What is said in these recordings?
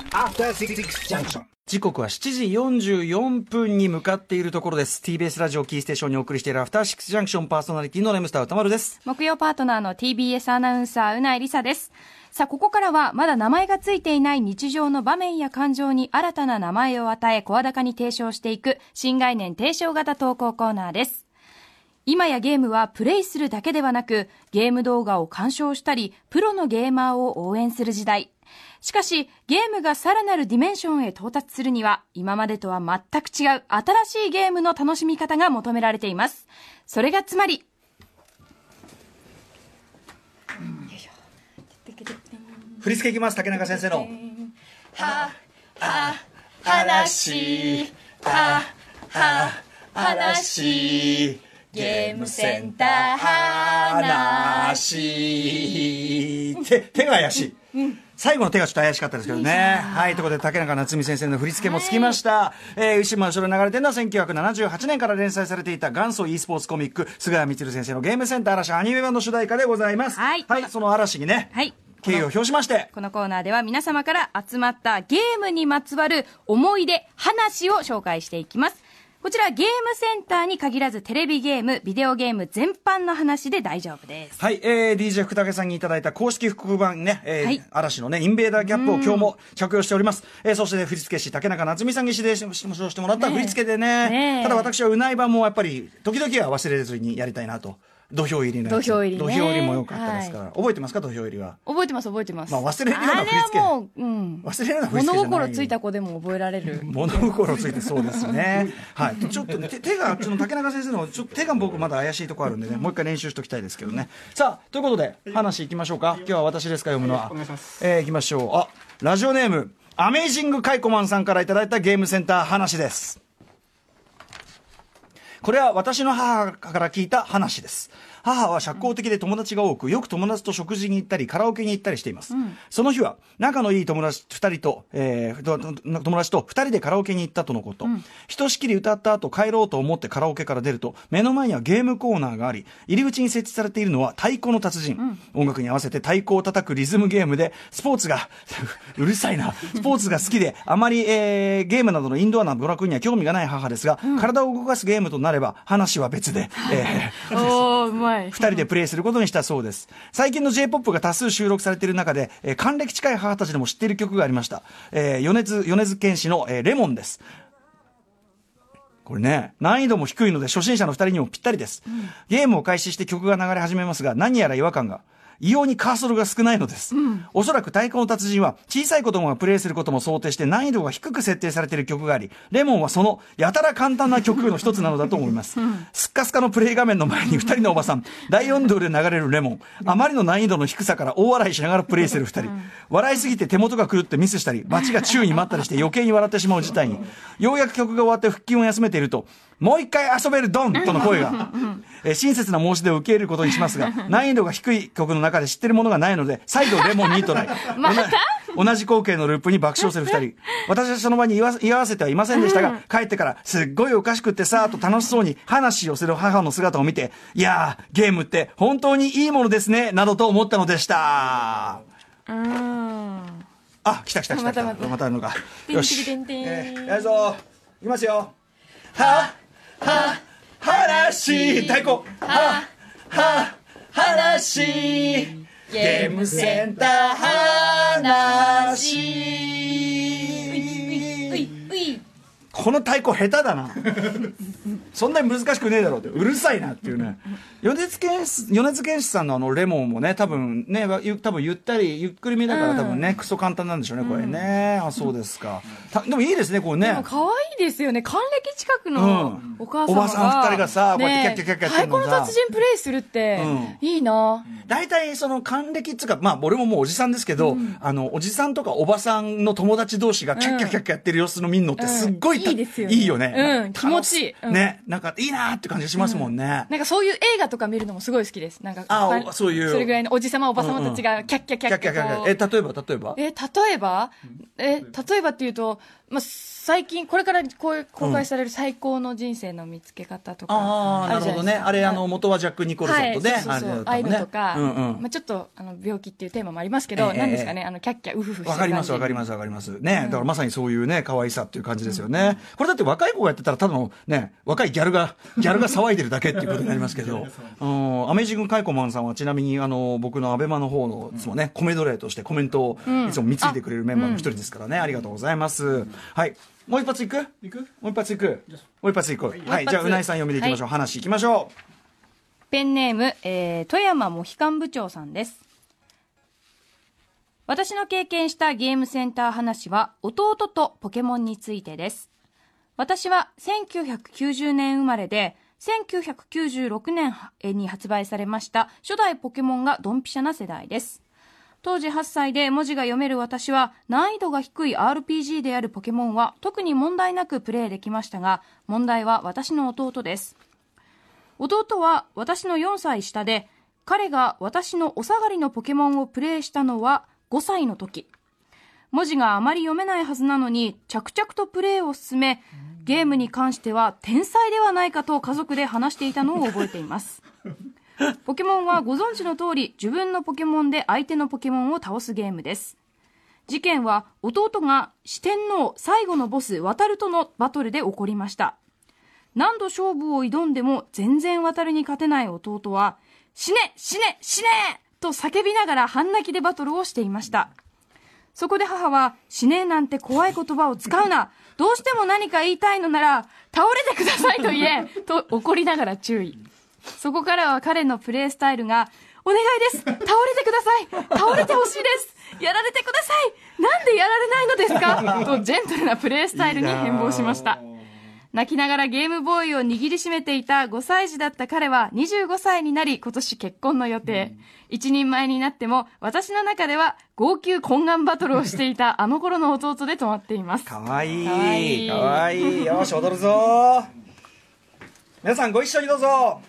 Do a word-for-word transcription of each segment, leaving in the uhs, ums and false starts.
アフターシックスジャンクション。 時刻はしちじよんじゅうよんぷんに向かっているところです。 ティービーエス ラジオキーステーションにお送りしているアフターシックスジャンクション、パーソナリティのレムスター歌丸です。 木曜パートナーの ティービーエス アナウンサーうないりさです。さあ、ここからはまだ名前がついていない日常の場面や感情に新たな名前を与え声高に提唱していく新概念提唱型投稿コーナーです。今やゲームはプレイするだけではなく、ゲーム動画を鑑賞したりプロのゲーマーを応援する時代。しかしゲームがさらなるディメンションへ到達するには、今までとは全く違う新しいゲームの楽しみ方が求められています。それがつまり、 振り付けいきます。竹中先生のはは話はは話ゲームセンター話手, 手が怪しい、うん、最後の手がちょっと怪しかったですけどね。はい、ということで竹中夏実先生の振り付けもつきました。はい、えー、後ろ後ろに流れてるのはせんきゅうひゃくななじゅうはちねんから連載されていた元祖 e スポーツコミック菅谷充先生のゲームセンター嵐アニメ版の主題歌でございます。はい、はい、その嵐にね、はい、敬意を表しまして、 このコーナーでは皆様から集まったゲームにまつわる思い出話を紹介していきます。こちらゲームセンターに限らずテレビゲーム、ビデオゲーム全般の話で大丈夫です。 はい、えー、ディージェー 福武さんにいただいた公式復刻版ね、えーはい、嵐のねインベーダーキャップを今日も着用しております。えー、そして、ね、振付師竹中夏実さんに指定してしてもらった振り付けで ね, ねただ私はうない版もやっぱり時々は忘れずにやりたいなと。土俵入りのやつ。 土俵入りね。 土俵入りも良かったですから、はい、覚えてますか土俵入りは。 覚えてます覚えてます。 まあ忘れるような振り付け。 あれはもう、うん、 忘れるような振り付けじゃない。 物心ついた子でも覚えられる。 物心ついてそうですね。はい。ちょっとね、手がちょっと竹中先生のちょっと手が僕まだ怪しいところあるんでね、もう一回練習しておきたいですけどね。さあということで話いきましょうか。今日は私ですか読むのは。お願いします。えー、いきましょう。あ、ラジオネームアメイジングカイコマンさんからいただいたゲームセンター話です。これは私の母から聞いた話です。母は社交的で友達が多く、よく友達と食事に行ったりカラオケに行ったりしています。うん、その日は仲のいい友達ふたりと、えー、友達とふたりでカラオケに行ったとのこと。うん、ひとしきり歌った後帰ろうと思ってカラオケから出ると、目の前にはゲームコーナーがあり、入り口に設置されているのは太鼓の達人。うん、音楽に合わせて太鼓を叩くリズムゲームで、スポーツがうるさいなスポーツが好きであまり、えー、ゲームなどのインドアな娯楽には興味がない母ですが、うん、体を動かすゲームとなれば話は別で、えー、おーうまいふたりでプレイすることにしたそうです。最近の J-ポップ が多数収録されている中で、えー、還暦近い母たちでも知っている曲がありました。えー、米津米津玄師の、えー、レモンです。これね、難易度も低いので初心者のふたりにもぴったりです。うん、ゲームを開始して曲が流れ始めますが、何やら違和感が。異様にカーソルが少ないのです。うん、おそらく太鼓の達人は小さい子供がプレイすることも想定して難易度が低く設定されている曲があり、レモンはそのやたら簡単な曲の一つなのだと思います。うん、スッカスカのプレイ画面の前にふたりのおばさん、大音量で流れるレモン、あまりの難易度の低さから大笑いしながらプレイするふたり、笑いすぎて手元が狂ってミスしたり、バチが宙に舞ったりして余計に笑ってしまう事態に。ようやく曲が終わって腹筋を休めていると、もう一回遊べるドンとの声が、えー、親切な申し出を受け入れることにしますが、難易度が低い曲の中で知ってるものがないので再度レモンにトライ。また同じ光景のループに爆笑するふたり。私はその場に居合わせてはいませんでしたが、帰ってからすっごいおかしくってさーと楽しそうに話をする母の姿を見て、いやーゲームって本当にいいものですねなどと思ったのでした。うーん、あ、来た来た来た来た、またまたあるのか。よし、えー、やるぞ、いきますよ。はは話太鼓はは話ゲームセンター話。この太鼓下手だな。そんなに難しくねえだろうって、うるさいなっていうね。米津玄師米津玄師さんのあのレモンもね、多分ね、多分ゆったりゆっくりめだから多分ね、うん、クソ簡単なんでしょうねこれね。うん、あ、そうですか。でもいいですねこれね。でも可愛いですよね。還暦近くのお母さんが、うん、おばさんふたりがさ、こうやってキャッキャッキャッキャってるのさ、 太鼓の達人プレイするって、うん、いいな。 大体その還暦っつうか、まあ俺ももうおじさんですけど、うん、あのおじさんとかおばさんの友達同士がキャッキャッキャッキャやってる様子の見るのってすっごい、うん、いいですよね。いいよね。 うん、気持ちいい。うん、 ね、なんかいいなーって感じがしますもんね。うん、 なんかそういう映画とか見るのもすごい好きです。なんか、 あ、そういう。 それぐらいのおじさまおばさまたちがキャッキャッキャッキャッキャッキャッ。 え、例えば例えばえ、例えばえ、例えばっていうと、 まあ、最近これからこう公開される最高の人生の見つけ方とか、 ああ、なるほどね。あれ、あの、元はジャック・ニコルソンとね。 はい、そうそうそう、ああいうのとか、うんうん、まあ、ちょっと、あの、病気っていうテーマもありますけど、えー、なんですかね、あの、キャッキャ、ウフフしてる感じ。 わかります、わかります、わかります。ね、うん、だからまさにそういうね、可愛さっていう感じですよね。うん、これだって若い子がやってたら、ただのね、若いギャルが、ギャルが騒いでるだけっていうことになりますけど、うん、アメージングカイコマンさんはちなみに、あの、僕のアベマの方の、いつもね、コメドレーとしてコメントをいつも貢いでくれるメンバーの一人ですからね、ありがとうございます。はい。もう一発いくいくもう一発いくもう一発いくはい、はい、じゃあうないさん読みでいきましょう、はい、話いきましょう。 ペンネーム、えー、富山モヒカン部長さんです。私の経験したゲームセンター話は弟とポケモンについてです。私はせんきゅうひゃくきゅうじゅうねん生まれでせんきゅうひゃくきゅうじゅうろくねんに発売されました初代ポケモンがドンピシャな世代です。当時はっさいで文字が読める私は難易度が低い アールピージー であるポケモンは特に問題なくプレイできましたが、問題は私の弟です。弟は私のよんさい下で、彼が私のお下がりのポケモンをプレイしたのはごさいの時。文字があまり読めないはずなのに着々とプレイを進め、ゲームに関しては天才ではないかと家族で話していたのを覚えています。ポケモンはご存知の通り、自分のポケモンで相手のポケモンを倒すゲームです。事件は弟が四天王最後のボスワタルとのバトルで起こりました。何度勝負を挑んでも全然ワタルに勝てない弟は、死ね死ね死ねと叫びながら半泣きでバトルをしていました。そこで母は、死ねなんて怖い言葉を使うな、どうしても何か言いたいのなら倒れてくださいと言えと怒りながら注意。そこからは彼のプレイスタイルが、お願いです、倒れてください、倒れてほしいです、やられてください、なんでやられないのですかとジェントルなプレイスタイルに変貌しました。泣きながらゲームボーイを握りしめていたごさい児だった彼はにじゅうごさいになり、今年結婚の予定。一人前になっても私の中では号泣懇願バトルをしていたあの頃の弟で止まっています。 かわいいかわいい。よし踊るぞ。皆さんご一緒にどうぞ。は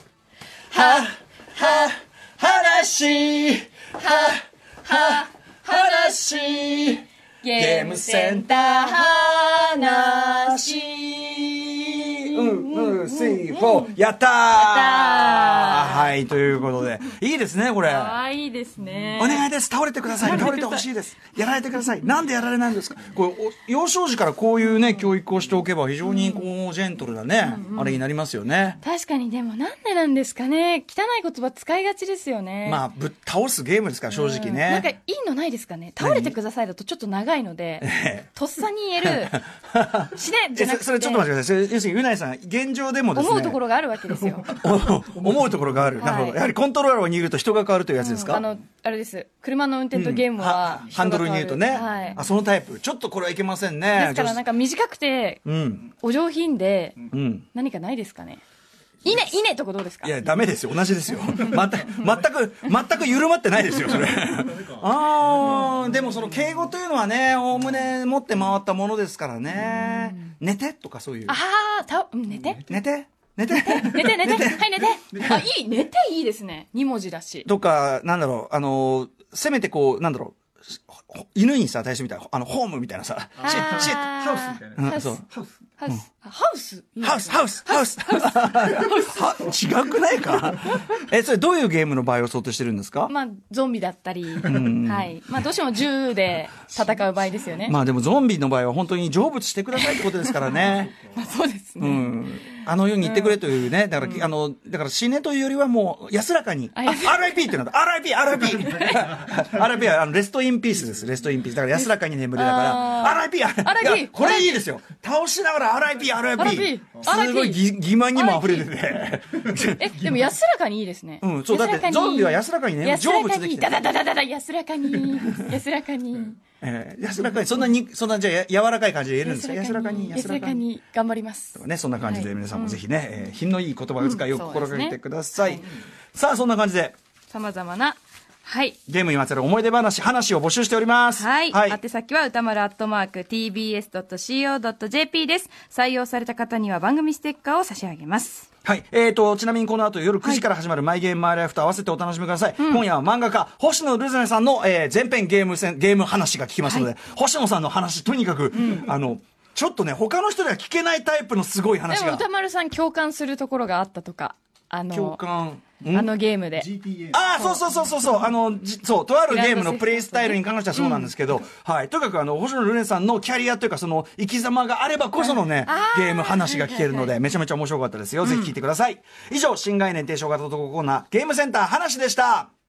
は話はは話ゲームセンター話うんうんスリーフォーやったーはいということでいいですねこれ。 あいいですね。 お願いです、倒れてください、倒れてほしいです、やられてください、なんでやられないんですか。これ幼少時からこういうね教育をしておけば非常にこうジェントルなね、うんうん、あれになりますよね。 確かに。でもなんでなんですかね、汚い言葉使いがちですよね。 まあぶっ倒すゲームですから正直ね、うん、 なんかいいのないですかね。倒れてくださいだとちょっと長いので、とっさに言える死ねじゃなくて、 それちょっと待ってください。要するにうないさん現状でもですね思うところがあるわけですよ思うところがある、なるほど。やはりコントローラーを握ると人が変わるというやつですか。 うん、あのあれです、車の運転とゲームは、 うん、ハンドルに握るとね、はい、あそのタイプちょっとこれはいけませんね。 ですからなんか短くて、うん、お上品で、うん、何かないですかね。いいねいいねとこどうですか。 いやダメですよ、同じですよ全く全く全く緩まってないですよそれああでもその敬語というのはねおおむね持って回ったものですからね。寝てとかそういう、 ああた寝て寝て寝て寝て寝て寝てはい寝てあいい寝ていいですね、に文字だしとかなんだろう、あのせめてこうなんだろう犬にさ対してみたいなあのホームみたいなさシッシッハウスみたいな、 うん、そうハウスハウスハウスハウスハウスハウスハウス違くないかえそれどういうゲームの場合を想定してるんですか。 まあゾンビだったり、はいまあどうしても銃で戦う場合ですよね。 まあでもゾンビの場合は本当に成仏してくださいってことですからねまあそうですね、うん、 あのように言ってくれというね、だから、うん、あのだから死ねというよりはもう安らかに アールアイピー ってなんだ アールアイピー アールアイピー アールアイピー はあのレストインピースです。レストインピースだから安らかに眠れだから アールアイピー アールアイピー これいいですよ、倒しながら アールアイピー アールアイピー すごい欺瞞にも溢れててえでも安らかにいいですね。 うんそうだってゾンビは安らかにね成仏できてダダダダダダ安らかに安らかにえー、安らかにそんなにそんなじゃあ柔らかい感じで言えるんですか。安らかに安らかに頑張りますとかね、そんな感じで皆さんもぜひね、はいえー、品のいい言葉遣いを心がけてください、うんねはい、さあそんな感じでさまざまなはいゲームにまつわる思い出話話を募集しております。 はい、はい、宛先は歌丸アットマーク ティービーエスドットシーオードットジェーピー です。採用された方には番組ステッカーを差し上げます。 はい。えーと、ちなみにこの後夜くじから始まるマイゲームマイライフと合わせてお楽しみください。うん、今夜は漫画家、星野ルズネさんの、えー、全編ゲーム戦、ゲーム話が聞きますので、はい、星野さんの話、とにかく、うん、あの、ちょっとね、他の人では聞けないタイプのすごい話が。 でも歌丸さん共感するところがあったとか。あの、 共感。 あのゲームで。 ああ、そうそうそうそうそう。あの、じそう、とあるゲームのプレイスタイルに関してはそうなんですけど、うん、はい。とにかくあの、星野ルネさんのキャリアというか、その、生き様があればこそのね、ゲーム話が聞けるので、めちゃめちゃ面白かったですよ。ぜひ聞いてください。以上、新概念提唱型投稿コーナー、ゲームセンター話でした。